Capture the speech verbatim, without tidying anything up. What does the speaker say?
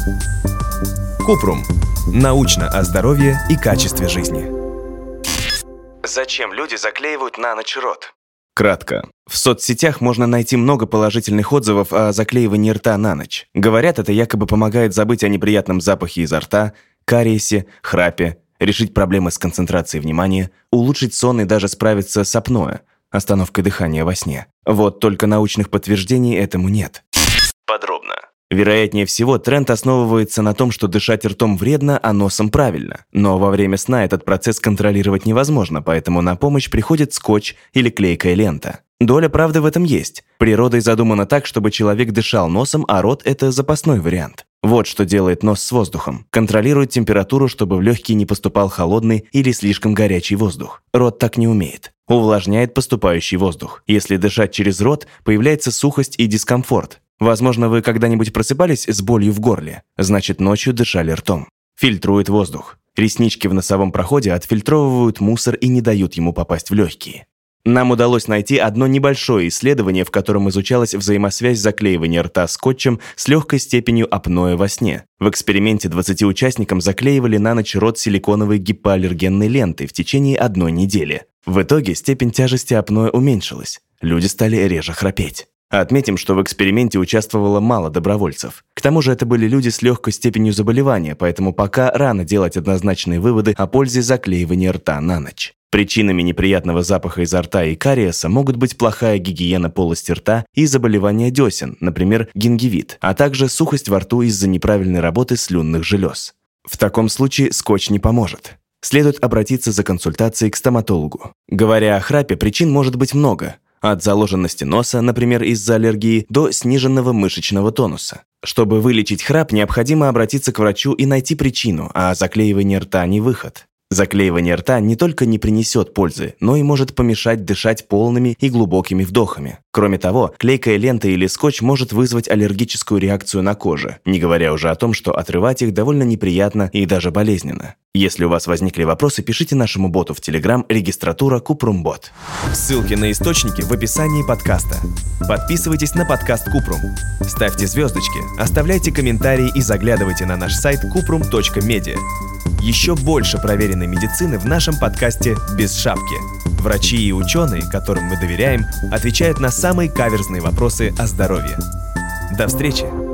Купрум. Научно о здоровье и качестве жизни. Зачем люди заклеивают на ночь рот? Кратко. В соцсетях можно найти много положительных отзывов о заклеивании рта на ночь. Говорят, это якобы помогает забыть о неприятном запахе изо рта, кариесе, храпе, решить проблемы с концентрацией внимания, улучшить сон и даже справиться с апноэ, остановкой дыхания во сне. Вот только научных подтверждений этому нет. Подробно. Вероятнее всего, тренд основывается на том, что дышать ртом вредно, а носом правильно. Но во время сна этот процесс контролировать невозможно, поэтому на помощь приходит скотч или клейкая лента. Доля правды в этом есть. Природой задумано так, чтобы человек дышал носом, а рот – это запасной вариант. Вот что делает нос с воздухом. Контролирует температуру, чтобы в легкие не поступал холодный или слишком горячий воздух. Рот так не умеет. Увлажняет поступающий воздух. Если дышать через рот, появляется сухость и дискомфорт. Возможно, вы когда-нибудь просыпались с болью в горле. Значит, ночью дышали ртом. Фильтрует воздух. Реснички в носовом проходе отфильтровывают мусор и не дают ему попасть в легкие. Нам удалось найти одно небольшое исследование, в котором изучалась взаимосвязь заклеивания рта скотчем с легкой степенью апноэ во сне. В эксперименте двадцати участникам заклеивали на ночь рот силиконовой гипоаллергенной лентой в течение одной недели. В итоге степень тяжести апноэ уменьшилась. Люди стали реже храпеть. Отметим, что в эксперименте участвовало мало добровольцев. К тому же это были люди с легкой степенью заболевания, поэтому пока рано делать однозначные выводы о пользе заклеивания рта на ночь. Причинами неприятного запаха изо рта и кариеса могут быть плохая гигиена полости рта и заболевания десен, например, гингивит, а также сухость во рту из-за неправильной работы слюнных желез. В таком случае скотч не поможет. Следует обратиться за консультацией к стоматологу. Говоря о храпе, причин может быть много. От заложенности носа, например, из-за аллергии, до сниженного мышечного тонуса. Чтобы вылечить храп, необходимо обратиться к врачу и найти причину, а заклеивание рта не выход. Заклеивание рта не только не принесет пользы, но и может помешать дышать полными и глубокими вдохами. Кроме того, клейкая лента или скотч может вызвать аллергическую реакцию на коже, не говоря уже о том, что отрывать их довольно неприятно и даже болезненно. Если у вас возникли вопросы, пишите нашему боту в Telegram регистратура Купрумбот. Ссылки на источники в описании подкаста. Подписывайтесь на подкаст Купрум. Ставьте звездочки, оставляйте комментарии и заглядывайте на наш сайт купрум точка медиа. Еще больше проверенной медицины в нашем подкасте «Без шапки». Врачи и ученые, которым мы доверяем, отвечают на самые каверзные вопросы о здоровье. До встречи!